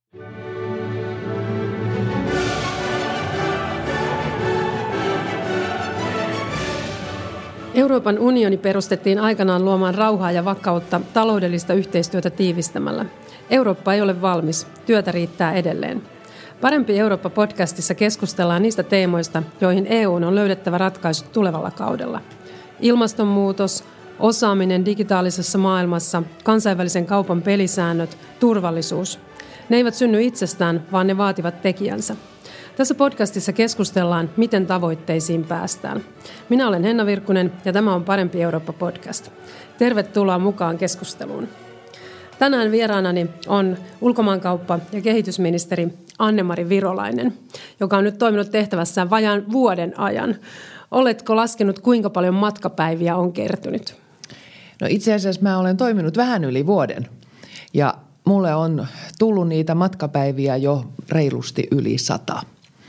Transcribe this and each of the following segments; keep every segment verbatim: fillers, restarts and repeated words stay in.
Euroopan unioni perustettiin aikanaan luomaan rauhaa ja vakautta taloudellista yhteistyötä tiivistämällä. Eurooppa ei ole valmis, työtä riittää edelleen. Parempi Eurooppa-podcastissa keskustellaan niistä teemoista, joihin E U:n on löydettävä ratkaisut tulevalla kaudella. Ilmastonmuutos, osaaminen digitaalisessa maailmassa, kansainvälisen kaupan pelisäännöt, turvallisuus. Ne eivät synny itsestään, vaan ne vaativat tekijänsä. Tässä podcastissa keskustellaan, miten tavoitteisiin päästään. Minä olen Henna Virkkunen ja tämä on Parempi Eurooppa-podcast. Tervetuloa mukaan keskusteluun. Tänään vieraanani on ulkomaankauppa- ja kehitysministeri Anne-Mari Virolainen, joka on nyt toiminut tehtävässään vajaan vuoden ajan. Oletko laskenut, kuinka paljon matkapäiviä on kertynyt? No itse asiassa mä olen toiminut vähän yli vuoden ja mulle on tullut niitä matkapäiviä jo reilusti yli sata.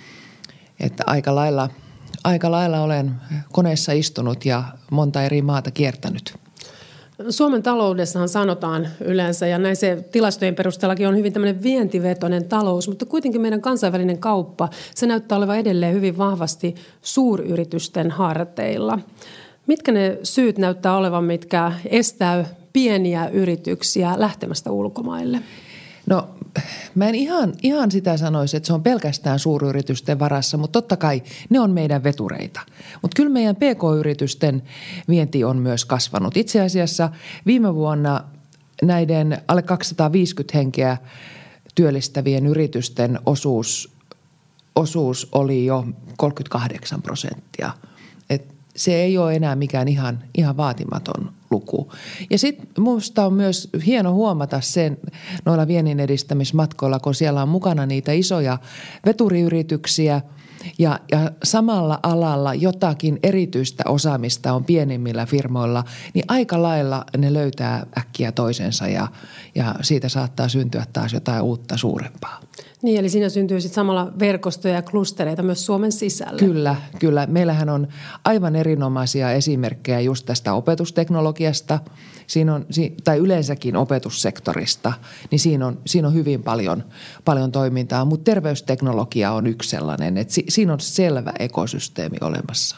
Että aika lailla, aika lailla olen koneessa istunut ja monta eri maata kiertänyt. Suomen taloudessahan sanotaan yleensä, ja näin se tilastojen perusteellakin on hyvin tämmöinen vientivetoinen talous, mutta kuitenkin meidän kansainvälinen kauppa, se näyttää olevan edelleen hyvin vahvasti suuryritysten harteilla. Mitkä ne syyt näyttää olevan, mitkä estää pieniä yrityksiä lähtemästä ulkomaille? No mä en ihan, ihan sitä sanoisi, että se on pelkästään suuryritysten varassa, mutta totta kai ne on meidän vetureita. Mutta kyllä meidän P K-yritysten vienti on myös kasvanut. Itse asiassa viime vuonna näiden alle kaksisataaviisikymmentä henkeä työllistävien yritysten osuus, osuus oli jo kolmekymmentäkahdeksan prosenttia. Et se ei ole enää mikään ihan, ihan vaatimaton luku. Ja sitten minusta on myös hieno huomata sen noilla viennin edistämismatkoilla, kun siellä on mukana niitä isoja veturiyrityksiä ja, ja samalla alalla jotakin erityistä osaamista on pienemmillä firmoilla, niin aika lailla ne löytää äkkiä toisensa ja, ja siitä saattaa syntyä taas jotain uutta suurempaa. Niin, eli siinä syntyy sitten samalla verkostoja ja klustereita myös Suomen sisällä. Kyllä, kyllä. Meillähän on aivan erinomaisia esimerkkejä just tästä opetusteknologiasta, siinä on, tai yleensäkin opetussektorista, niin siinä on, siinä on hyvin paljon, paljon toimintaa, mutta terveysteknologia on yksi sellainen, että si, siinä on selvä ekosysteemi olemassa.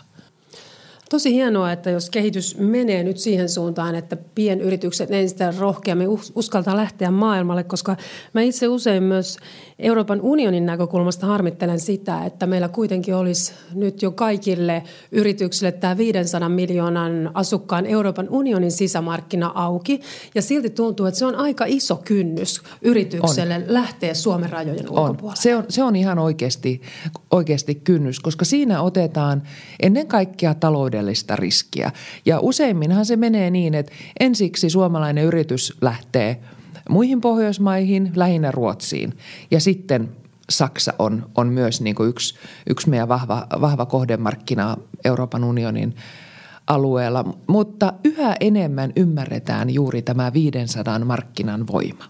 Tosi hienoa, että jos kehitys menee nyt siihen suuntaan, että pienyritykset entistä rohkeammin uskaltaa lähteä maailmalle, koska mä itse usein myös Euroopan unionin näkökulmasta harmittelen sitä, että meillä kuitenkin olisi nyt jo kaikille yrityksille tämä viisisataa miljoonan asukkaan Euroopan unionin sisämarkkina auki. Ja silti tuntuu, että se on aika iso kynnys yritykselle on. lähteä Suomen rajojen on. ulkopuolelle. Se on, se on ihan oikeasti, oikeasti kynnys, koska siinä otetaan ennen kaikkea taloudellista riskiä. Ja useimminhan se menee niin, että ensiksi suomalainen yritys lähtee muihin Pohjoismaihin, lähinnä Ruotsiin. Ja sitten Saksa on, on myös niin kuin yksi, yksi meidän vahva, vahva kohdemarkkina Euroopan unionin alueella. Mutta yhä enemmän ymmärretään juuri tämä viisisataa markkinan voima.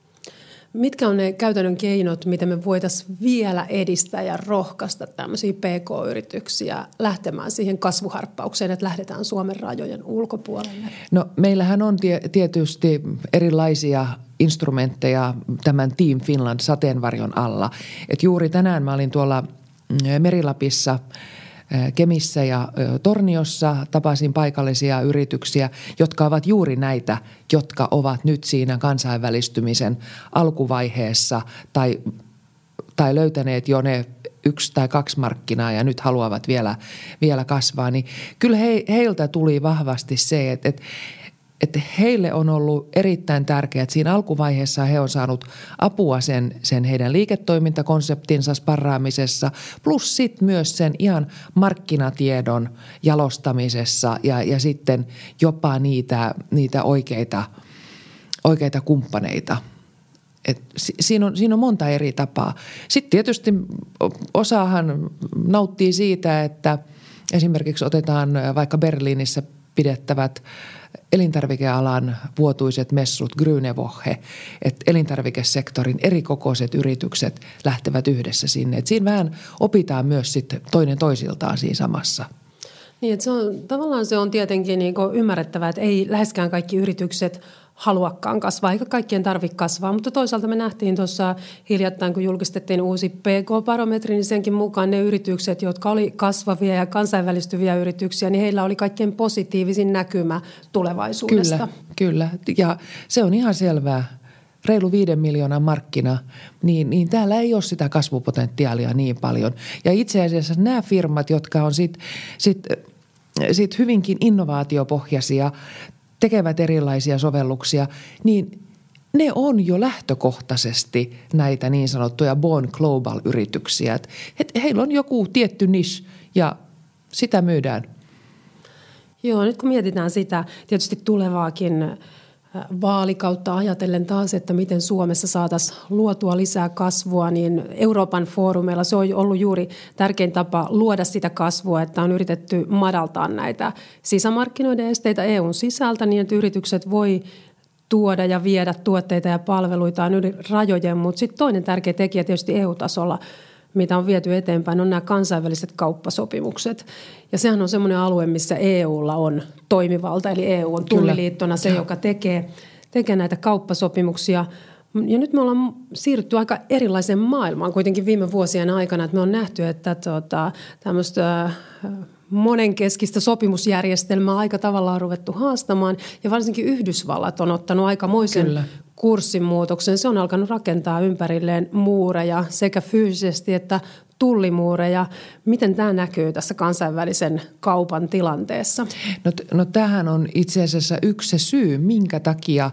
Mitkä on ne käytännön keinot, miten me voitaisiin vielä edistää ja rohkaista tämmöisiä P K-yrityksiä lähtemään siihen kasvuharppaukseen, että lähdetään Suomen rajojen ulkopuolelle? No meillähän on tie, tietysti erilaisia instrumentteja tämän Team Finland sateenvarjon alla. Et juuri tänään mä olin tuolla Merilapissa, Kemissä ja Torniossa, tapasin paikallisia yrityksiä, jotka ovat juuri näitä, jotka ovat nyt siinä kansainvälistymisen alkuvaiheessa tai, tai löytäneet jo ne yksi tai kaksi markkinaa ja nyt haluavat vielä, vielä kasvaa. Niin kyllä he, heiltä tuli vahvasti se, että, että että heille on ollut erittäin tärkeää, että siinä alkuvaiheessa he on saanut apua sen, sen heidän liiketoimintakonseptinsa sparraamisessa, plus sitten myös sen ihan markkinatiedon jalostamisessa ja, ja sitten jopa niitä, niitä oikeita, oikeita kumppaneita. Et siinä, on, siinä on monta eri tapaa. Sitten tietysti osahan nauttii siitä, että esimerkiksi otetaan vaikka Berliinissä pidettävät elintarvikealan vuotuiset messut, Grüne Woche, että elintarvikesektorin erikokoiset yritykset lähtevät yhdessä sinne. Et siinä vähän opitaan myös sitten toinen toisiltaan siinä samassa. Niin, että se on, tavallaan se on tietenkin niin kuin ymmärrettävää, että ei läheskään kaikki yritykset haluakaan kasvaa, eikä kaikkien tarvitse kasvaa. Mutta toisaalta me nähtiin tuossa hiljattain, kun julkistettiin uusi P K-barometri, niin senkin mukaan ne yritykset, jotka oli kasvavia ja kansainvälistyviä yrityksiä, niin heillä oli kaikkein positiivisin näkymä tulevaisuudesta. Kyllä, kyllä. Ja se on ihan selvää. Reilu viiden miljoonan markkina, niin, niin täällä ei ole sitä kasvupotentiaalia niin paljon. Ja itse asiassa nämä firmat, jotka on sitten sit, sit hyvinkin innovaatiopohjaisia, tekevät erilaisia sovelluksia, niin ne on jo lähtökohtaisesti näitä niin sanottuja born global-yrityksiä. Et he, heillä on joku tietty niche ja sitä myydään. Joo, nyt kun mietitään sitä tietysti tulevaakin vaalikautta ajatellen taas, että miten Suomessa saataisiin luotua lisää kasvua, niin Euroopan foorumeilla se on ollut juuri tärkein tapa luoda sitä kasvua, että on yritetty madaltaa näitä sisämarkkinoiden esteitä E U:n sisältä niin, että yritykset voi tuoda ja viedä tuotteita ja palveluitaan yli rajojen, mutta sitten toinen tärkeä tekijä tietysti E U-tasolla, mitä on viety eteenpäin, on nämä kansainväliset kauppasopimukset. Ja sehän on semmoinen alue, missä E U:lla on toimivalta, eli E U on tulliliittona se, joka tekee, tekee näitä kauppasopimuksia. Ja nyt me ollaan siirrytty aika erilaiseen maailmaan kuitenkin viime vuosien aikana, että me on nähty, että tuota, tämmöistä monenkeskistä sopimusjärjestelmää aika tavalla on ruvettu haastamaan. Ja varsinkin Yhdysvallat on ottanut aikamoisen Kyllä. kurssinmuutoksen. Se on alkanut rakentaa ympärilleen muureja sekä fyysisesti että tullimuureja. Miten tämä näkyy tässä kansainvälisen kaupan tilanteessa? No, no tämähän on itse asiassa yksi se syy, minkä takia,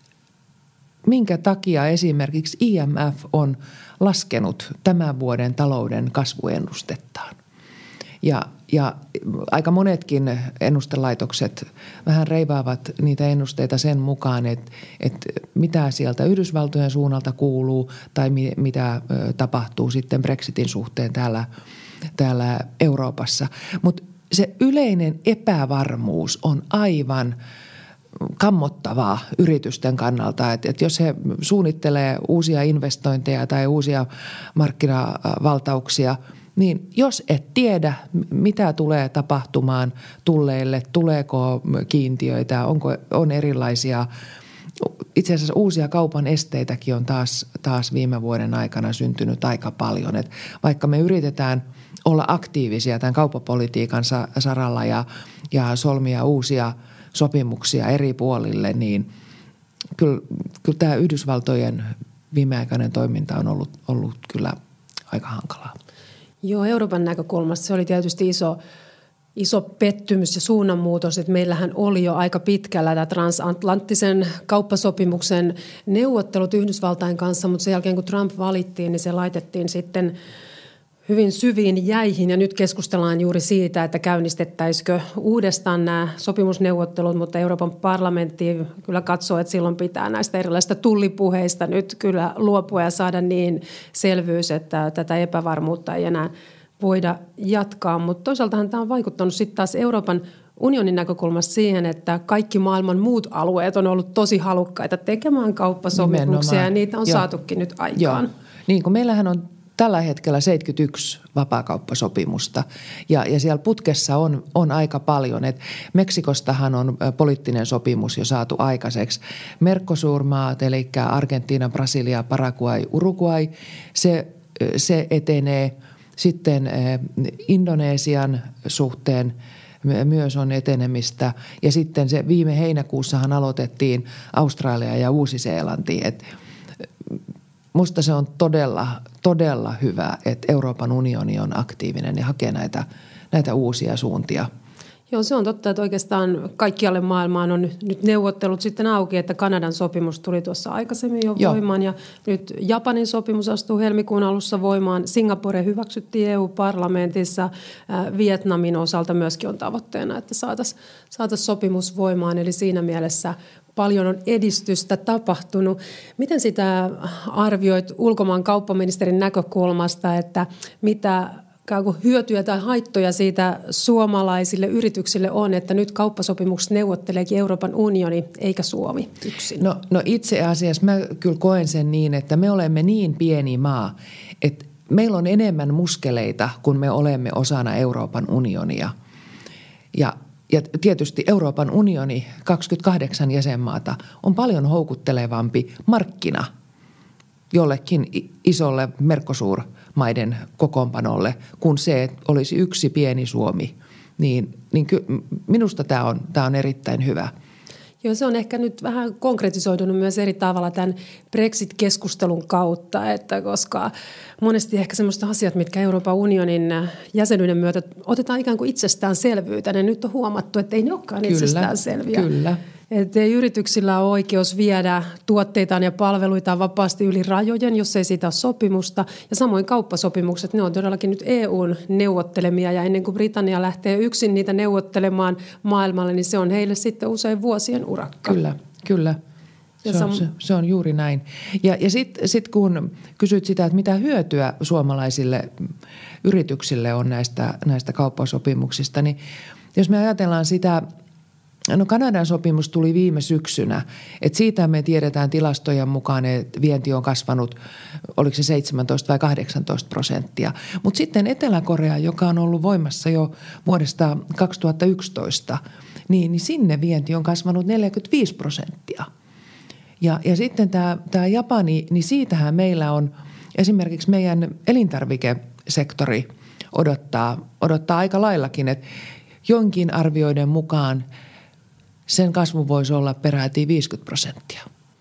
minkä takia esimerkiksi I M F on laskenut tämän vuoden talouden kasvuennustettaan. Ja, ja aika monetkin ennustelaitokset vähän reivaavat niitä ennusteita sen mukaan, että, että mitä sieltä Yhdysvaltojen suunnalta kuuluu tai mi, mitä ö, tapahtuu sitten Brexitin suhteen täällä, täällä Euroopassa. Mutta se yleinen epävarmuus on aivan kammottavaa yritysten kannalta, että, että jos he suunnittelee uusia investointeja tai uusia markkinavaltauksia, niin jos et tiedä, mitä tulee tapahtumaan tulleille, tuleeko kiintiöitä, onko, on erilaisia, itse asiassa uusia kaupan esteitäkin on taas, taas viime vuoden aikana syntynyt aika paljon. Et vaikka me yritetään olla aktiivisia tämän kauppapolitiikan saralla ja, ja solmia uusia sopimuksia eri puolille, niin kyllä, kyllä tämä Yhdysvaltojen viimeaikainen toiminta on ollut, ollut kyllä aika hankalaa. Joo, Euroopan näkökulmasta se oli tietysti iso, iso pettymys ja suunnanmuutos, että meillähän oli jo aika pitkällä tämä transatlanttisen kauppasopimuksen neuvottelut Yhdysvaltain kanssa, mutta sen jälkeen kun Trump valittiin, niin se laitettiin sitten hyvin syviin jäihin ja nyt keskustellaan juuri siitä, että käynnistettäisikö uudestaan nämä sopimusneuvottelut, mutta Euroopan parlamentti kyllä katsoo, että silloin pitää näistä erilaisista tullipuheista nyt kyllä luopua ja saada niin selvyys, että tätä epävarmuutta ei enää voida jatkaa, mutta toisaaltahan tämä on vaikuttanut sitten taas Euroopan unionin näkökulmasta siihen, että kaikki maailman muut alueet on ollut tosi halukkaita tekemään kauppasopimuksia Nimenomaan. Ja niitä on Joo. saatukin nyt aikaan. Joo. Niin kuin meillähän on tällä hetkellä seitsemänkymmentäyksi vapaakauppasopimusta ja, ja siellä putkessa on, on aika paljon. Et Meksikostahan on poliittinen sopimus jo saatu aikaiseksi. Mercosur-maat, eli Argentiina, Brasilia, Paraguay, Uruguay, se, se etenee. Sitten Indonesian suhteen myös on etenemistä ja sitten se viime heinäkuussahan aloitettiin Australia ja Uusi-Seelanti. Et musta se on todella, todella hyvä, että Euroopan unioni on aktiivinen ja hakee näitä, näitä uusia suuntia. Joo, se on totta, että oikeastaan kaikkialle maailmaan on nyt neuvottelut sitten auki, että Kanadan sopimus tuli tuossa aikaisemmin jo Joo. voimaan ja nyt Japanin sopimus astuu helmikuun alussa voimaan. Singapore hyväksyttiin E U-parlamentissa, Vietnamin osalta myöskin on tavoitteena, että saataisiin saatais sopimus voimaan, eli siinä mielessä paljon on edistystä tapahtunut. Miten sitä arvioit ulkomaan kauppaministerin näkökulmasta, että mitä hyötyjä tai haittoja siitä suomalaisille yrityksille on, että nyt kauppasopimuksessa neuvotteleekin Euroopan unioni eikä Suomi yksin? No, no itse asiassa mä kyllä koen sen niin, että me olemme niin pieni maa, että meillä on enemmän muskeleita, kun me olemme osana Euroopan unionia. Ja ja tietysti Euroopan unioni, kaksikymmentäkahdeksan jäsenmaata, on paljon houkuttelevampi markkina jollekin isolle Mercosur-maiden kokoonpanolle kuin se, että olisi yksi pieni Suomi. Niin, niin ky, minusta tämä on, tämä on erittäin hyvä. Joo, se on ehkä nyt vähän konkretisoidunut myös eri tavalla tämän Brexit-keskustelun kautta, että koska monesti ehkä semmoiset asiat, mitkä Euroopan unionin jäsenyyden myötä otetaan ikään kuin itsestäänselvyytenä, niin nyt on huomattu, että ei ne olekaan kyllä, itsestäänselviä. Kyllä. Että ei yrityksillä ole oikeus viedä tuotteitaan ja palveluitaan vapaasti yli rajojen, jos ei siitä ole sopimusta. Ja samoin kauppasopimukset, ne on todellakin nyt E U:n neuvottelemia ja ennen kuin Britannia lähtee yksin niitä neuvottelemaan maailmalle, niin se on heille sitten usein vuosien urakka. Kyllä, kyllä. Se on, se, se on juuri näin. Ja, ja sitten sit kun kysyt sitä, että mitä hyötyä suomalaisille yrityksille on näistä, näistä kauppasopimuksista, niin jos me ajatellaan sitä, no Kanadan sopimus tuli viime syksynä, että siitä me tiedetään tilastojen mukaan, että vienti on kasvanut, oliko se seitsemäntoista vai kahdeksantoista prosenttia. Mutta sitten Etelä-Korea, joka on ollut voimassa jo vuodesta kaksituhattayksitoista, niin, niin sinne vienti on kasvanut neljäkymmentäviisi prosenttia. Ja, ja sitten tämä, tämä Japani, niin siitähän meillä on esimerkiksi meidän elintarvikesektori odottaa, odottaa aika laillakin, että jonkin arvioiden mukaan sen kasvu voisi olla peräti viisikymmentä prosenttia.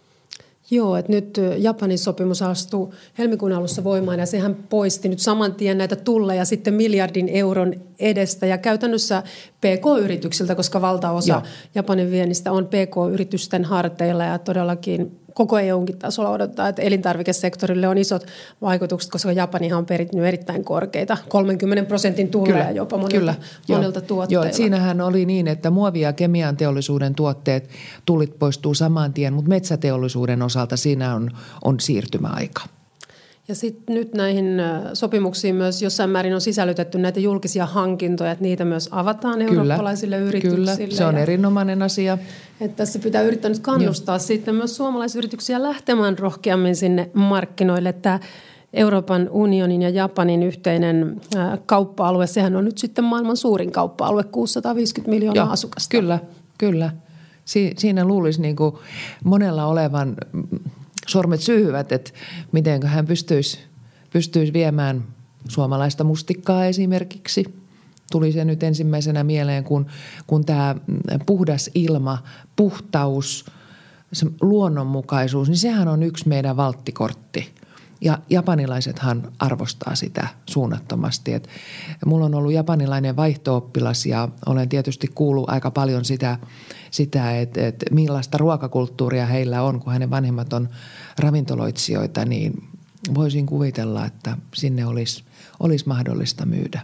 Joo, että nyt Japanin sopimus astui helmikuun alussa voimaan ja sehän poisti nyt saman tien näitä tulleja sitten miljardin euron edestä ja käytännössä P K-yrityksiltä, koska valtaosa Joo. Japanin viennistä on P K-yritysten harteilla ja todellakin koko E U:nkin tasolla odottaa, että elintarvikesektorille on isot vaikutukset, koska Japanihan on perinyt erittäin korkeita, kolmenkymmenen prosentin tulleja kyllä, jopa monilta, kyllä. monilta tuotteilla. Joo, siinähän oli niin, että muovi- ja kemian teollisuuden tuotteet tullit poistuu saman tien, mutta metsäteollisuuden osalta siinä on, on siirtymäaika. Ja sitten nyt näihin sopimuksiin myös jossain määrin on sisällytetty näitä julkisia hankintoja, että niitä myös avataan kyllä, eurooppalaisille yrityksille. Kyllä, se on erinomainen asia. Että tässä pitää yrittää nyt kannustaa Joo. sitten myös suomalaisyrityksiä lähtemään rohkeammin sinne markkinoille. Että Euroopan unionin ja Japanin yhteinen kauppa-alue, sehän on nyt sitten maailman suurin kauppa-alue, kuusisataaviisikymmentä miljoonaa Joo, asukasta. Kyllä, kyllä. Si- siinä luulisi niin kuin monella olevan sormet syyhyvät, että miten hän pystyisi, pystyisi viemään suomalaista mustikkaa esimerkiksi. Tuli se nyt ensimmäisenä mieleen, kun, kun tämä puhdas ilma, puhtaus, se luonnonmukaisuus, niin sehän on yksi meidän valttikortti. Ja japanilaisethan arvostaa sitä suunnattomasti. Et mulla on ollut japanilainen vaihto-oppilas ja olen tietysti kuullut aika paljon sitä, sitä että et millaista ruokakulttuuria heillä on, kun hänen vanhemmat on ravintoloitsijoita, niin voisin kuvitella, että sinne olisi, olisi mahdollista myydä.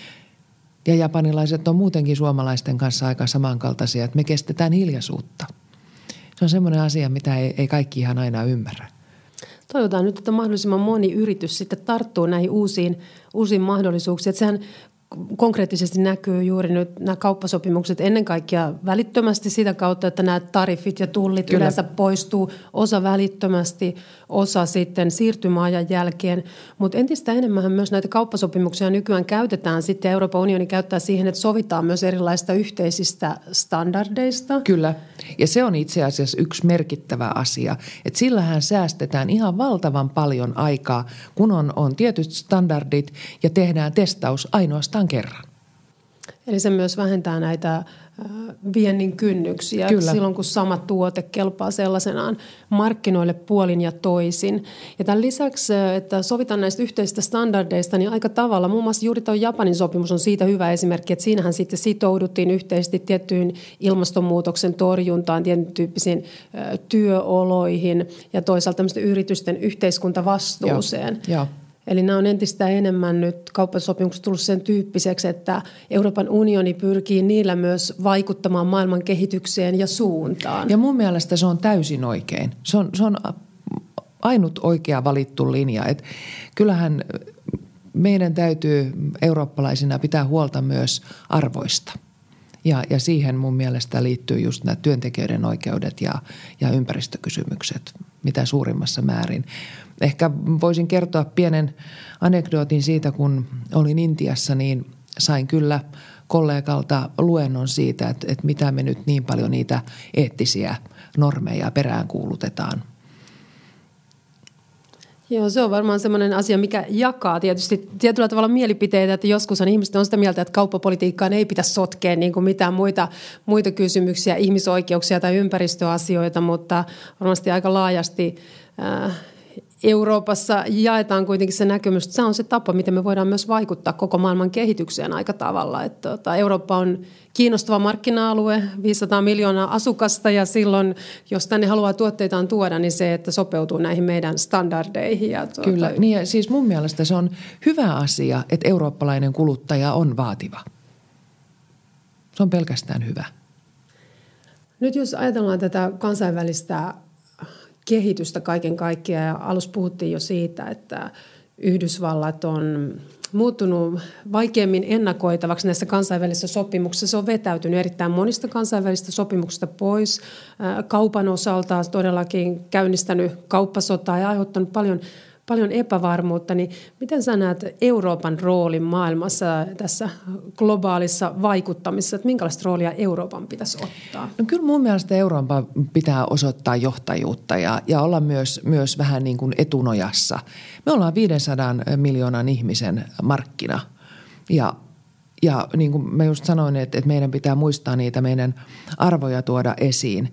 Ja japanilaiset on muutenkin suomalaisten kanssa aika samankaltaisia, että me kestetään hiljaisuutta. Se on semmoinen asia, mitä ei, ei kaikki ihan aina ymmärrä. Toivotaan nyt, että mahdollisimman moni yritys sitten tarttuu näihin uusiin, uusiin mahdollisuuksiin. Että sehän konkreettisesti näkyy juuri nyt nämä kauppasopimukset ennen kaikkea välittömästi sitä kautta, että nämä tariffit ja tullit Kyllä. yleensä poistuu, osa välittömästi, osa sitten siirtymäajan jälkeen. Mutta entistä enemmän myös näitä kauppasopimuksia nykyään käytetään sitten, Euroopan unioni käyttää siihen, että sovitaan myös erilaisista yhteisistä standardeista. Kyllä, ja se on itse asiassa yksi merkittävä asia, että sillähän säästetään ihan valtavan paljon aikaa, kun on, on tietyt standardit ja tehdään testaus ainoastaan kerran. Eli se myös vähentää näitä viennin kynnyksiä Kyllä. silloin, kun sama tuote kelpaa sellaisenaan markkinoille puolin ja toisin. Ja tämän lisäksi, että sovitaan näistä yhteisistä standardeista, niin aika tavalla, muun muassa juuri tuo Japanin sopimus on siitä hyvä esimerkki, että siinähän sitten sitouduttiin yhteisesti tiettyyn ilmastonmuutoksen torjuntaan, tietyn tyyppisiin työoloihin ja toisaalta tämmöisten yritysten yhteiskuntavastuuseen. Joo. Eli nämä on entistä enemmän nyt kauppasopimukset tullut sen tyyppiseksi, että Euroopan unioni pyrkii niillä myös vaikuttamaan maailman kehitykseen ja suuntaan. Ja mun mielestä se on täysin oikein. Se on, se on ainut oikea valittu linja. Et kyllähän meidän täytyy eurooppalaisina pitää huolta myös arvoista. Ja, ja siihen mun mielestä liittyy just nämä työntekijöiden oikeudet ja, ja ympäristökysymykset, mitä suurimmassa määrin. Ehkä voisin kertoa pienen anekdootin siitä, kun olin Intiassa, niin sain kyllä kollegalta luennon siitä, että, että mitä me nyt niin paljon niitä eettisiä normeja peräänkuulutetaan. Joo, se on varmaan semmoinen asia, mikä jakaa tietysti tietyllä tavalla mielipiteitä, että joskushan ihmiset on sitä mieltä, että kauppapolitiikkaan ei pitäisi sotkea niin kuin mitään muita, muita kysymyksiä, ihmisoikeuksia tai ympäristöasioita, mutta varmasti aika laajasti äh, Euroopassa jaetaan kuitenkin se näkemys, että se on se tapa, miten me voidaan myös vaikuttaa koko maailman kehitykseen aika tavalla. Että, tota, Eurooppa on kiinnostava markkina-alue, viisisataa miljoonaa asukasta ja silloin, jos tänne haluaa tuotteitaan tuoda, niin se, että sopeutuu näihin meidän standardeihin. Ja tuota... Kyllä, niin ja siis mun mielestä se on hyvä asia, että eurooppalainen kuluttaja on vaativa. Se on pelkästään hyvä. Nyt jos ajatellaan tätä kansainvälistä kehitystä kaiken kaikkiaan ja alussa puhuttiin jo siitä, että Yhdysvallat on muuttunut vaikeammin ennakoitavaksi näissä kansainvälisissä sopimuksissa. Se on vetäytynyt erittäin monista kansainvälisistä sopimuksista pois. Kaupan osalta todellakin käynnistänyt kauppasotaa ja aiheuttanut paljon, paljon epävarmuutta. Niin miten sä näet Euroopan roolin maailmassa tässä globaalissa vaikuttamisessa? Että minkälaista roolia Euroopan pitäisi ottaa? No kyllä mun mielestä Euroopan pitää osoittaa johtajuutta ja, ja olla myös, myös vähän niin kuin etunojassa. Me ollaan viisisataa miljoonan ihmisen markkina ja, ja niin kuin mä just sanoin, että, että meidän pitää muistaa niitä meidän arvoja tuoda esiin.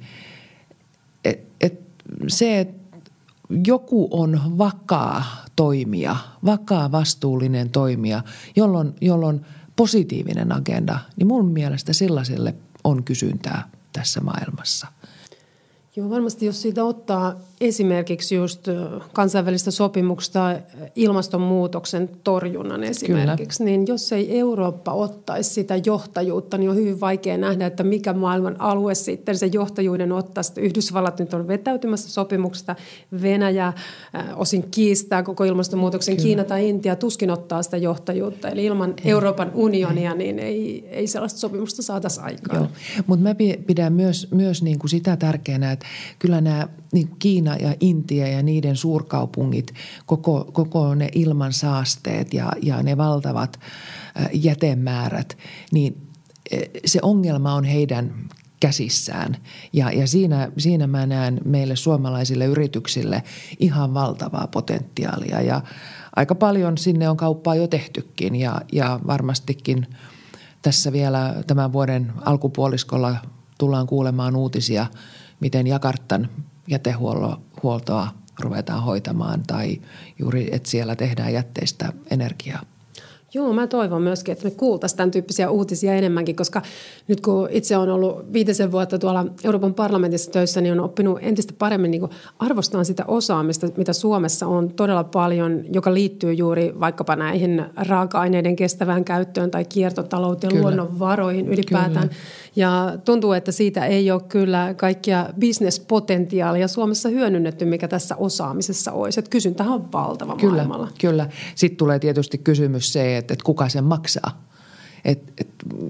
Et, et se, että joku on vakaa toimija, vakaa vastuullinen toimija, jolloin, jolloin positiivinen agenda, niin mun mielestä sellaiselle on kysyntää tässä maailmassa. Joo, varmasti jos siitä ottaa esimerkiksi just kansainvälistä sopimuksesta ilmastonmuutoksen torjunnan esimerkiksi, Kyllä. niin jos ei Eurooppa ottaisi sitä johtajuutta, niin on hyvin vaikea nähdä, että mikä maailman alue sitten se johtajuuden ottaa. Sitten Yhdysvallat nyt on vetäytymässä sopimuksesta, Venäjä äh, osin kiistää koko ilmastonmuutoksen, Kyllä. Kiina tai Intia tuskin ottaa sitä johtajuutta. Eli ilman Euroopan unionia niin ei, ei sellaista sopimusta saataisi aikaan. Mutta mä pidän myös, myös niin kuin sitä tärkeänä, että kyllä nämä niin Kiina ja Intia ja niiden suurkaupungit, koko, koko ne ilmansaasteet ja, ja ne valtavat jätemäärät, niin se ongelma on heidän käsissään. Ja, ja siinä, siinä mä näen meille suomalaisille yrityksille ihan valtavaa potentiaalia ja aika paljon sinne on kauppaa jo tehtykin ja, ja varmastikin tässä vielä tämän vuoden alkupuoliskolla tullaan kuulemaan uutisia, miten Jakartan jätehuoltoa ruvetaan hoitamaan tai juuri, että siellä tehdään jätteistä energiaa. Joo, mä toivon myöskin, että me kuultaisiin tämän tyyppisiä uutisia enemmänkin, koska nyt kun itse olen ollut viitisen vuotta tuolla Euroopan parlamentissa töissä, niin on oppinut entistä paremmin niin arvostamaan sitä osaamista, mitä Suomessa on todella paljon, joka liittyy juuri vaikkapa näihin raaka-aineiden kestävään käyttöön tai kiertotalouteen, kyllä. luonnonvaroihin ylipäätään. Kyllä. Ja tuntuu, että siitä ei ole kyllä kaikkia bisnespotentiaalia Suomessa hyödynnetty, mikä tässä osaamisessa olisi. Että kysyntähän on valtava kyllä, maailmalla. Kyllä. Sitten tulee tietysti kysymys se, että, että kuka sen maksaa. Et, et,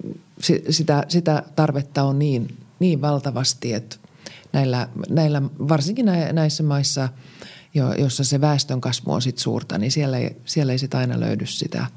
sitä, sitä tarvetta on niin, niin valtavasti, että näillä, näillä, varsinkin näissä maissa, joissa se väestönkasvu on sit suurta, niin siellä ei, siellä ei sit aina löydy sitä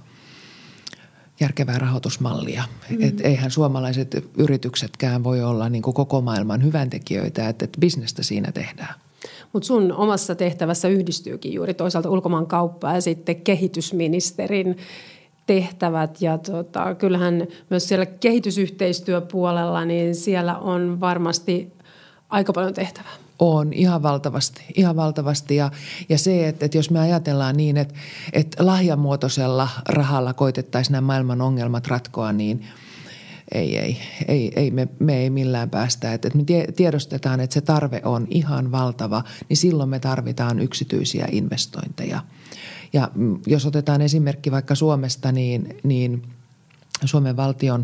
järkevää rahoitusmallia. Mm-hmm. Et eihän suomalaiset yrityksetkään voi olla niin kuin koko maailman hyväntekijöitä, että, että bisnestä siinä tehdään. Mutta sun omassa tehtävässä yhdistyykin juuri toisaalta ulkomaankauppa ja sitten kehitysministerin tehtävät. Ja tota, kyllähän myös siellä kehitysyhteistyöpuolella, niin siellä on varmasti aika paljon tehtävää. On ihan valtavasti, ihan valtavasti ja, ja se, että, että jos me ajatellaan niin, että, että lahjamuotoisella rahalla koitettaisiin nämä maailman ongelmat ratkoa, niin ei, ei, ei, ei me, me ei millään päästä. Että, että me tiedostetaan, että se tarve on ihan valtava, niin silloin me tarvitaan yksityisiä investointeja. Ja jos otetaan esimerkki vaikka Suomesta, niin, niin Suomen valtion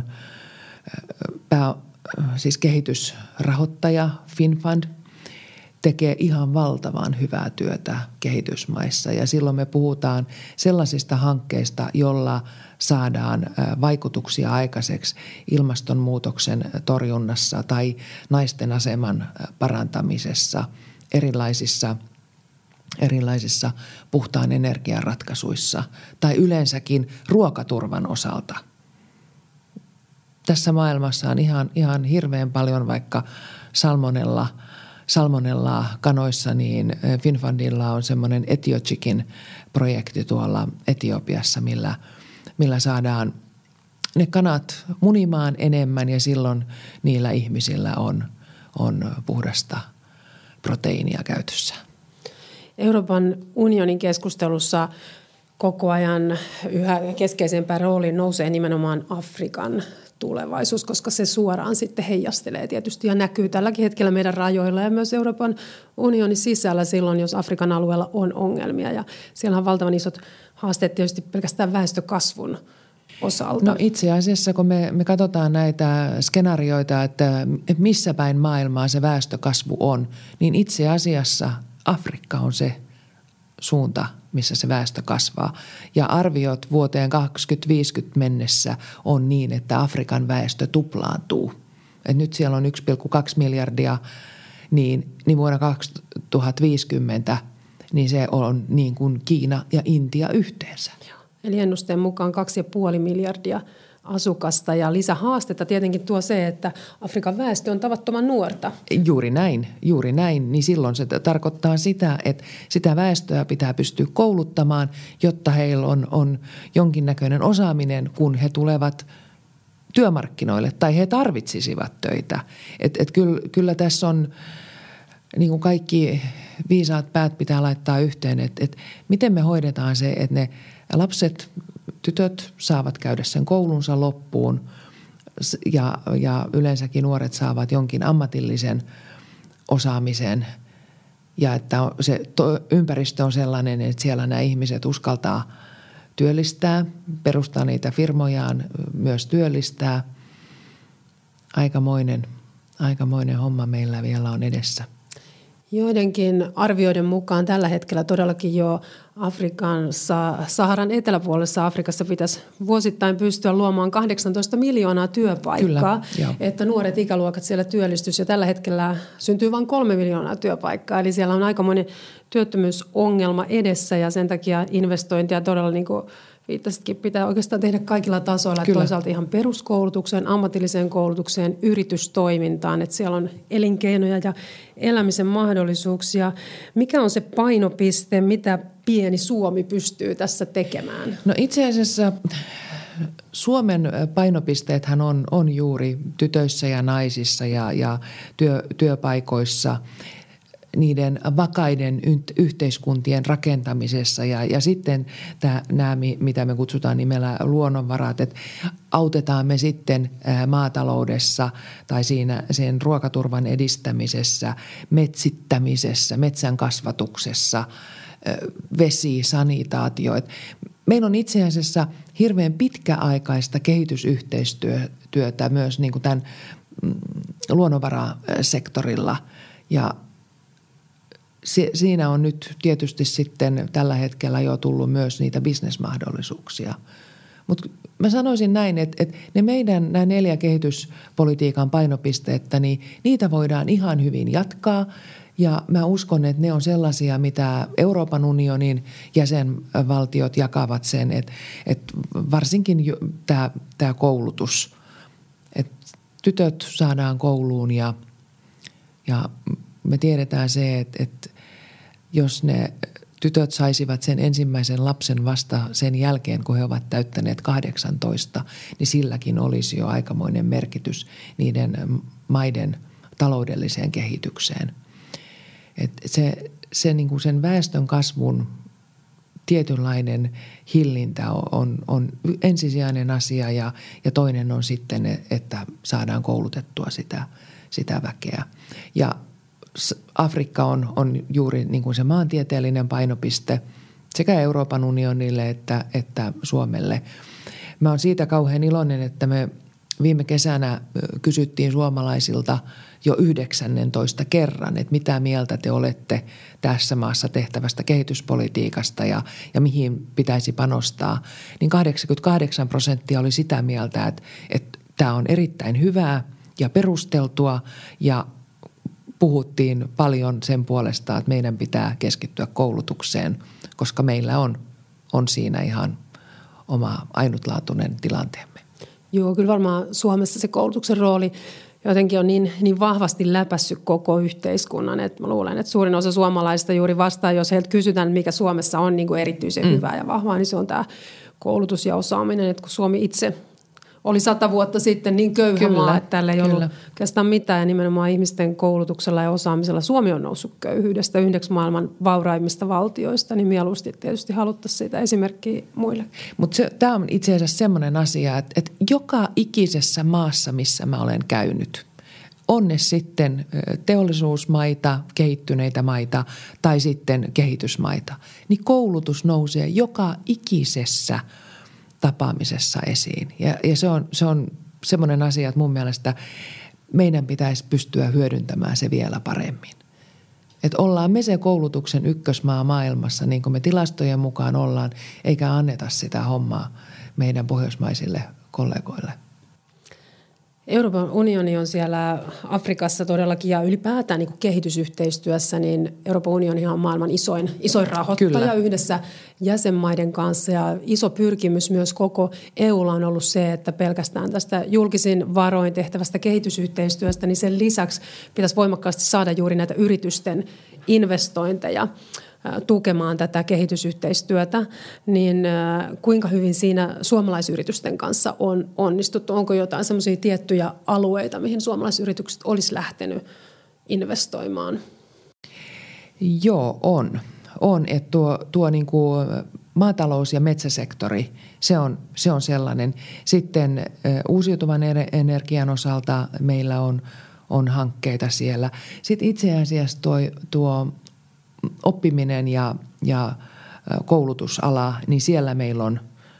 pää, siis kehitysrahoittaja FinFund tekee ihan valtavan hyvää työtä kehitysmaissa ja silloin me puhutaan sellaisista hankkeista, jolla saadaan vaikutuksia aikaiseksi ilmastonmuutoksen torjunnassa tai naisten aseman parantamisessa, erilaisissa, erilaisissa puhtaan energian ratkaisuissa tai yleensäkin ruokaturvan osalta. tässä maailmassa on ihan, ihan hirveän paljon vaikka salmonella, salmonellaa kanoissa, niin Finnfundilla on semmoinen Etiochikin projekti tuolla Etiopiassa, millä, millä saadaan ne kanat munimaan enemmän ja silloin niillä ihmisillä on, on puhdasta proteiinia käytössä. Euroopan unionin keskustelussa koko ajan yhä keskeisempään rooliin nousee nimenomaan Afrikan tulevaisuus, koska se suoraan sitten heijastelee tietysti ja näkyy tälläkin hetkellä meidän rajoilla ja myös Euroopan unionin sisällä silloin, jos Afrikan alueella on ongelmia. Ja siellä on valtavan isot haasteet tietysti pelkästään väestökasvun osalta. No itse asiassa, kun me, me katsotaan näitä skenaarioita, että missä päin maailmaa se väestökasvu on, niin itse asiassa Afrikka on se suunta, missä se väestö kasvaa. Ja arviot vuoteen kaksituhattaviisikymmentä mennessä on niin, että Afrikan väestö tuplaantuu. Et nyt siellä on yksi pilkku kaksi miljardia, niin, niin vuonna kaksituhattaviisikymmentä niin se on niin kuin Kiina ja Intia yhteensä. Eli ennusteen mukaan kaksi pilkku viisi miljardia asukasta ja lisähaastetta tietenkin tuo se, että Afrikan väestö on tavattoman nuorta. Juuri näin, juuri näin. Niin silloin se tarkoittaa sitä, että sitä väestöä pitää pystyä kouluttamaan, jotta heillä on, on jonkinnäköinen osaaminen, kun he tulevat työmarkkinoille tai he tarvitsisivat töitä. Et, et kyllä, kyllä tässä on niin kuin kaikki viisaat päät pitää laittaa yhteen, että et miten me hoidetaan se, että ne lapset, tytöt saavat käydä sen koulunsa loppuun ja, ja yleensäkin nuoret saavat jonkin ammatillisen osaamisen ja että se to, ympäristö on sellainen, että siellä nämä ihmiset uskaltaa työllistää, perustaa niitä firmojaan, myös työllistää. Aikamoinen, aikamoinen homma meillä vielä on edessä. Joidenkin arvioiden mukaan tällä hetkellä todellakin jo Afrikan, Saharan eteläpuolessa Afrikassa pitäisi vuosittain pystyä luomaan kahdeksantoista miljoonaa työpaikkaa, Kyllä, että nuoret ikäluokat siellä työllistyisi. Ja tällä hetkellä syntyy vain kolme miljoonaa työpaikkaa, eli siellä on aikamoinen työttömyysongelma edessä ja sen takia investointia todella niin kuin viittasitkin, pitää oikeastaan tehdä kaikilla tasoilla, toisaalta ihan peruskoulutukseen, ammatilliseen koulutukseen, yritystoimintaan, että siellä on elinkeinoja ja elämisen mahdollisuuksia. Mikä on se painopiste, mitä pieni Suomi pystyy tässä tekemään? No itse asiassa Suomen painopisteethän on, on juuri tytöissä ja naisissa ja, ja työ, työpaikoissa, niiden vakaiden yhteiskuntien rakentamisessa ja, ja sitten tämä, nämä, mitä me kutsutaan nimellä luonnonvarat, että autetaan me sitten maataloudessa tai siinä sen ruokaturvan edistämisessä, metsittämisessä, metsän kasvatuksessa, vesi, sanitaatio. Meillä on itse asiassa hirveän pitkäaikaista kehitysyhteistyötä myös niin kuin tämän luonnonvarasektorilla ja siinä on nyt tietysti sitten tällä hetkellä jo tullut myös niitä bisnesmahdollisuuksia. Mutta mä sanoisin näin, että, että ne meidän nämä neljä kehityspolitiikan painopistettä, niin niitä voidaan ihan hyvin jatkaa. Ja mä uskon, että ne on sellaisia, mitä Euroopan unionin jäsenvaltiot jakavat sen, että, että varsinkin tämä, tämä koulutus, että tytöt saadaan kouluun ja, ja me tiedetään se, että, että jos ne tytöt saisivat sen ensimmäisen lapsen vasta sen jälkeen, kun he ovat täyttäneet kahdeksantoista, niin silläkin olisi jo aikamoinen merkitys niiden maiden taloudelliseen kehitykseen. Että se, se niin kuin sen väestön kasvun tietynlainen hillintä on, on ensisijainen asia ja, ja toinen on sitten, että saadaan koulutettua sitä, sitä väkeä. Ja Afrikka on, on juuri niin kuin se maantieteellinen painopiste sekä Euroopan unionille että, että Suomelle. Mä oon siitä kauhean iloinen, että me viime kesänä kysyttiin suomalaisilta jo yhdeksännentoista kerran, että mitä mieltä te olette tässä maassa tehtävästä kehityspolitiikasta ja, ja mihin pitäisi panostaa. Niin kahdeksankymmentäkahdeksan prosenttia oli sitä mieltä, että, että tämä on erittäin hyvää ja perusteltua ja puhuttiin paljon sen puolesta, että meidän pitää keskittyä koulutukseen, koska meillä on, on siinä ihan oma ainutlaatuinen tilanteemme. Joo, kyllä varmaan Suomessa se koulutuksen rooli jotenkin on niin, niin vahvasti läpässyt koko yhteiskunnan, että mä luulen, että suurin osa suomalaisista juuri vastaa, jos heiltä kysytään, mikä Suomessa on niin kuin erityisen mm. hyvää ja vahvaa, niin se on tämä koulutus ja osaaminen, että kun Suomi itse oli sata vuotta sitten niin köyhä maa, että täällä ei kyllä. ollut oikeastaan mitään ja nimenomaan ihmisten koulutuksella ja osaamisella Suomi on noussut köyhyydestä yhdeksi maailman vauraimmista valtioista, niin mieluusti tietysti haluttaisiin siitä esimerkkiä muille. Mutta tämä on itse asiassa semmoinen asia, että, että joka ikisessä maassa, missä mä olen käynyt, on ne sitten teollisuusmaita, kehittyneitä maita tai sitten kehitysmaita, niin koulutus nousee joka ikisessä tapaamisessa esiin. Ja, ja se on, se on semmoinen asia, että mun mielestä meidän pitäisi pystyä hyödyntämään se vielä paremmin. Että ollaan me se koulutuksen ykkösmaa maailmassa, niin kuin me tilastojen mukaan ollaan, eikä anneta sitä hommaa meidän pohjoismaisille kollegoille. Euroopan unioni on siellä Afrikassa todellakin ja ylipäätään niin kuin kehitysyhteistyössä, niin Euroopan unioni on maailman isoin, isoin rahoittaja Kyllä. yhdessä jäsenmaiden kanssa. Ja iso pyrkimys myös koko E U:lla on ollut se, että pelkästään tästä julkisin varoin tehtävästä kehitysyhteistyöstä, niin sen lisäksi pitäisi voimakkaasti saada juuri näitä yritysten investointeja tukemaan tätä kehitysyhteistyötä, niin kuinka hyvin siinä suomalaisyritysten kanssa on onnistuttu? Onko jotain semmoisia tiettyjä alueita, mihin suomalaisyritykset olisi lähtenyt investoimaan? Joo, on. On, että tuo, tuo niin kuin maatalous- ja metsäsektori, se on, se on sellainen. Sitten uusiutuvan energian osalta meillä on, on hankkeita siellä. Sitten itse asiassa tuo, tuo oppiminen ja, ja koulutusala, niin siellä meillä on,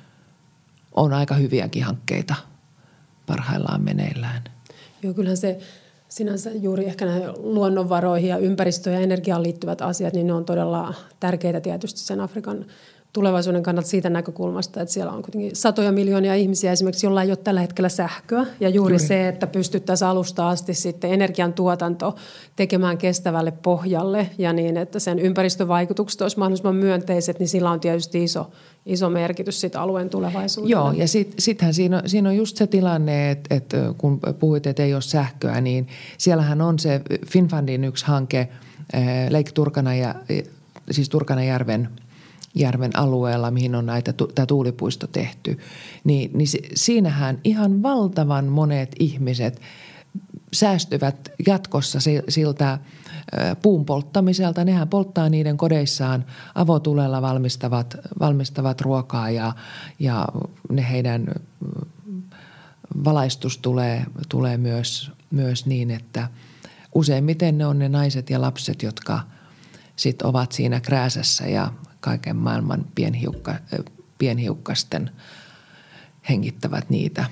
on aika hyviäkin hankkeita parhaillaan meneillään. Joo, kyllähän se sinänsä juuri ehkä näihin luonnonvaroihin ja ympäristöön ja energiaan liittyvät asiat, niin ne on todella tärkeitä tietysti sen Afrikan tulevaisuuden kannalta siitä näkökulmasta, että siellä on kuitenkin satoja miljoonia ihmisiä esimerkiksi, jolla ei ole tällä hetkellä sähköä. Ja juuri, juuri. se, että pystyttäisiin alusta asti sitten energiantuotanto tekemään kestävälle pohjalle ja niin, että sen ympäristövaikutukset olisi mahdollisimman myönteiset, niin sillä on tietysti iso, iso merkitys sit alueen tulevaisuudelle. Joo, ja sitten sittenhän siinä on, siinä on just se tilanne, että, että kun puhuit, että ei ole sähköä, niin siellähän on se Finnfundin yksi hanke Lake Turkana ja siis Turkanajärven järven alueella, mihin on näitä, tämä tuulipuisto tehty, niin, niin siinähän ihan valtavan monet ihmiset säästyvät jatkossa siltä puun polttamiselta. Nehän polttaa niiden kodeissaan avotulella valmistavat, valmistavat ruokaa ja, ja ne heidän valaistus tulee, tulee myös, myös niin, että useimmiten ne on ne naiset ja lapset, jotka sit ovat siinä krääsässä ja kaiken maailman pienhiukka, pienhiukkasten hengittävät niitä.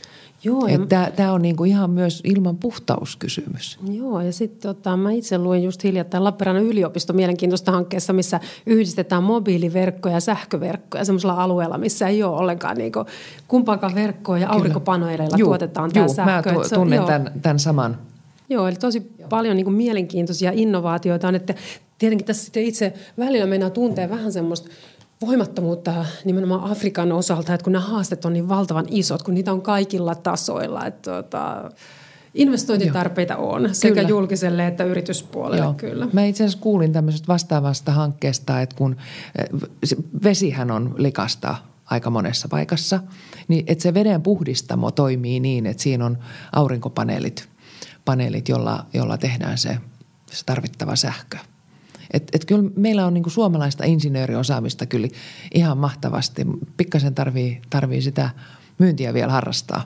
Tämä on niinku ihan myös ilman puhtauskysymys. Joo, ja sitten tota, mä itse luin just hiljattain Lappeenrannan yliopiston mielenkiintoista hankkeessa, missä yhdistetään mobiiliverkkoja ja sähköverkkoja semmoisella alueella, missä ei ole ollenkaan niinku kumpaakaan verkkoa ja aurinkopaneeleilla Juu, tuotetaan tämä sähkö. Joo, mä tunnen tämän, tämän saman. Joo, eli tosi paljon niin kuin mielenkiintoisia innovaatioita on, että tietenkin tässä sitten itse välillä mennään tuntee vähän semmoista voimattomuutta nimenomaan Afrikan osalta, että kun nämä haasteet on niin valtavan isot, kun niitä on kaikilla tasoilla, että tuota, investointitarpeita Joo. on sekä kyllä. julkiselle että yrityspuolelle. Joo. Kyllä. Mä itse asiassa kuulin tämmöisestä vastaavasta hankkeesta, että kun vesihän on likasta aika monessa paikassa, niin että se veden puhdistamo toimii niin, että siinä on aurinkopaneelit, paneelit, jolla, jolla tehdään se, se tarvittava sähkö. Että et kyllä meillä on niinku suomalaista insinööriosaamista kyllä ihan mahtavasti. Pikkasen tarvii, tarvii sitä myyntiä vielä harrastaa.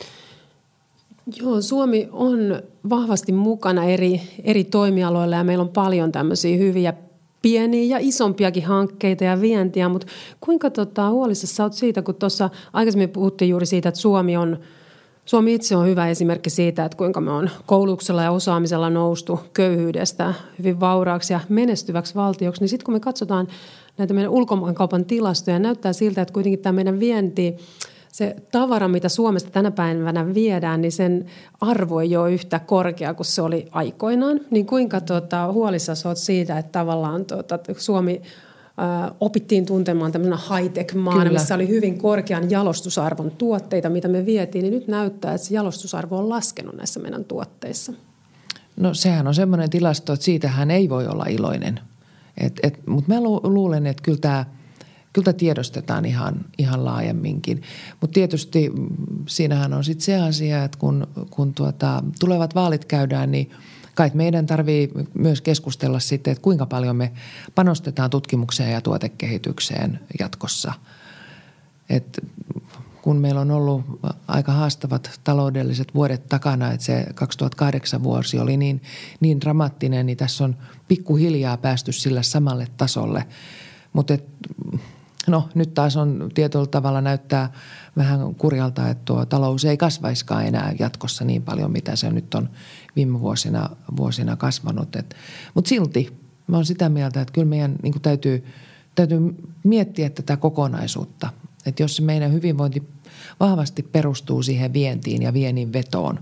Joo, Suomi on vahvasti mukana eri, eri toimialoilla ja meillä on paljon tämmöisiä hyviä pieniä ja isompiakin hankkeita ja vientiä, mutta kuinka tota, huolissasi sä oot siitä, kun tuossa aikaisemmin puhuttiin juuri siitä, että Suomi on Suomi itse on hyvä esimerkki siitä, että kuinka me on koulutuksella ja osaamisella noustu köyhyydestä hyvin vauraaksi ja menestyväksi valtioksi. Niin sitten kun me katsotaan näitä meidän ulkomaankaupan tilastoja, näyttää siltä, että kuitenkin tämä meidän vienti, se tavara, mitä Suomesta tänä päivänä viedään, niin sen arvo ei ole yhtä korkea kuin se oli aikoinaan. Niin kuinka tuota, huolissasi olet siitä, että tavallaan tuota, Suomi opittiin tuntemaan tämmöinen high-tech-maana, Kyllä. missä oli hyvin korkean jalostusarvon tuotteita, mitä me vietiin, niin nyt näyttää, että se jalostusarvo on laskenut näissä meidän tuotteissa. No sehän on semmoinen tilasto, että siitähän ei voi olla iloinen. Mutta mä luulen, että kyllä tämä kyllä tämä tiedostetaan ihan, ihan laajemminkin. Mutta tietysti siinähän on sitten se asia, että kun, kun tuota, tulevat vaalit käydään, niin kai meidän tarvii myös keskustella sitten, että kuinka paljon me panostetaan tutkimukseen ja tuotekehitykseen jatkossa. Et kun meillä on ollut aika haastavat taloudelliset vuodet takana, että se kaksituhattakahdeksan vuosi oli niin, niin dramaattinen, niin tässä on pikkuhiljaa päästy sillä samalle tasolle. Mutta no nyt taas on tietyllä tavalla näyttää vähän kurjalta, että tuo talous ei kasvaiskaan enää jatkossa niin paljon, mitä se nyt on viime vuosina, vuosina kasvanut. Mutta silti mä oon sitä mieltä, että kyllä meidän niin kuin täytyy, täytyy miettiä tätä kokonaisuutta. Että jos se meidän hyvinvointi vahvasti perustuu siihen vientiin ja viennin vetoon,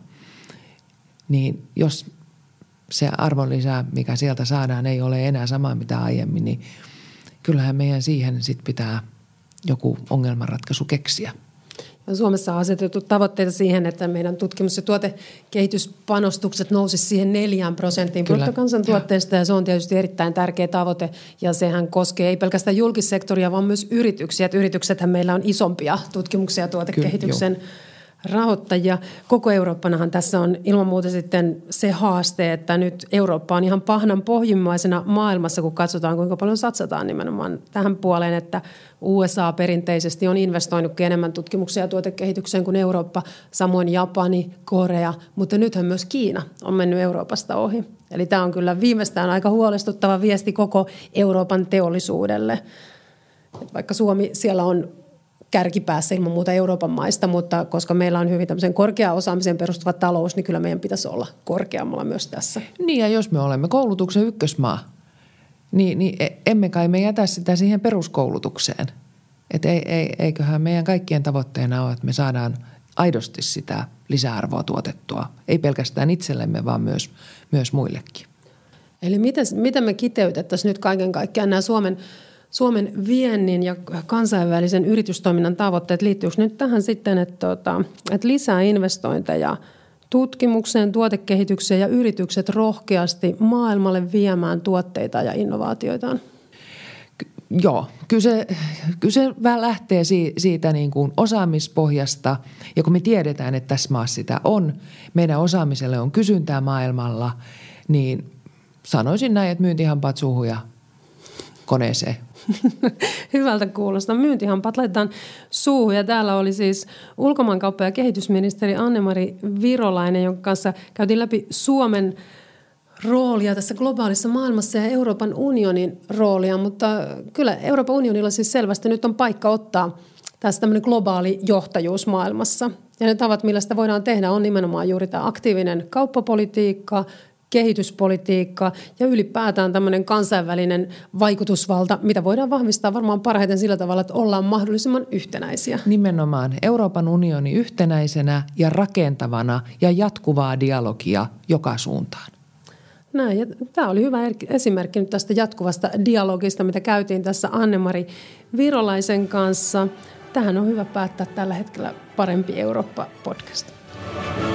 niin jos se arvonlisä, mikä sieltä saadaan, ei ole enää sama mitä aiemmin, niin kyllähän meidän siihen sit pitää joku ongelmanratkaisu keksiä. Suomessa on asetettu tavoitteita siihen, että meidän tutkimus- ja tuotekehityspanostukset nousisi siihen neljään prosenttiin bruttokansantuotteesta, ja se on tietysti erittäin tärkeä tavoite, ja sehän koskee ei pelkästään julkissektoria, vaan myös yrityksiä. Että yrityksethän meillä on isompia tutkimuksen ja tuotekehityksen Kyllä, rahoittajia. Koko Eurooppanahan tässä on ilman muuta sitten se haaste, että nyt Eurooppa on ihan pahnan pohjimmaisena maailmassa, kun katsotaan kuinka paljon satsataan nimenomaan tähän puoleen, että U S A perinteisesti on investoinutkin enemmän tutkimukseen ja tuotekehitykseen kuin Eurooppa, samoin Japani, Korea, mutta nythän myös Kiina on mennyt Euroopasta ohi. Eli tämä on kyllä viimeistään aika huolestuttava viesti koko Euroopan teollisuudelle. Että vaikka Suomi siellä on kärkipäässä ilman muuta Euroopan maista, mutta koska meillä on hyvin tämmöisen korkeaan osaamiseen perustuva talous, niin kyllä meidän pitäisi olla korkeammalla myös tässä. Niin, ja jos me olemme koulutuksen ykkösmaa, niin, niin emme kai me jätä sitä siihen peruskoulutukseen. Että ei, ei, eiköhän meidän kaikkien tavoitteena ole, että me saadaan aidosti sitä lisäarvoa tuotettua. Ei pelkästään itsellemme, vaan myös, myös muillekin. Eli miten, miten me kiteytettäisiin nyt kaiken kaikkiaan nämä Suomen Suomen viennin ja kansainvälisen yritystoiminnan tavoitteet, liittyykö nyt tähän sitten, että, että lisää investointeja tutkimukseen, tuotekehitykseen ja yritykset rohkeasti maailmalle viemään tuotteita ja innovaatioitaan? Joo, kyllä se, kyllä se vähän lähtee siitä niin kuin osaamispohjasta, ja kun me tiedetään, että tässä maassa sitä on, meidän osaamiselle on kysyntää maailmalla, niin sanoisin näin, että myyntihampaat suuhun ja koneeseen. Hyvältä kuulostaa. Myyntihampaat laitetaan suuhun, ja täällä oli siis ulkomaankauppa- ja kehitysministeri Anne-Mari Virolainen, jonka kanssa käytiin läpi Suomen roolia tässä globaalissa maailmassa ja Euroopan unionin roolia, mutta kyllä Euroopan unionilla siis selvästi nyt on paikka ottaa tässä tämmöinen globaali johtajuus maailmassa. Ja ne tavat, millä sitä voidaan tehdä, on nimenomaan juuri tämä aktiivinen kauppapolitiikka, kehityspolitiikka ja ylipäätään tämmöinen kansainvälinen vaikutusvalta, mitä voidaan vahvistaa varmaan parhaiten sillä tavalla, että ollaan mahdollisimman yhtenäisiä. Nimenomaan Euroopan unioni yhtenäisenä ja rakentavana ja jatkuvaa dialogia joka suuntaan. Näin, ja tämä oli hyvä esimerkki nyt tästä jatkuvasta dialogista, mitä käytiin tässä Anne-Mari Virolaisen kanssa. Tähän on hyvä päättää tällä hetkellä Parempi Eurooppa -podcast.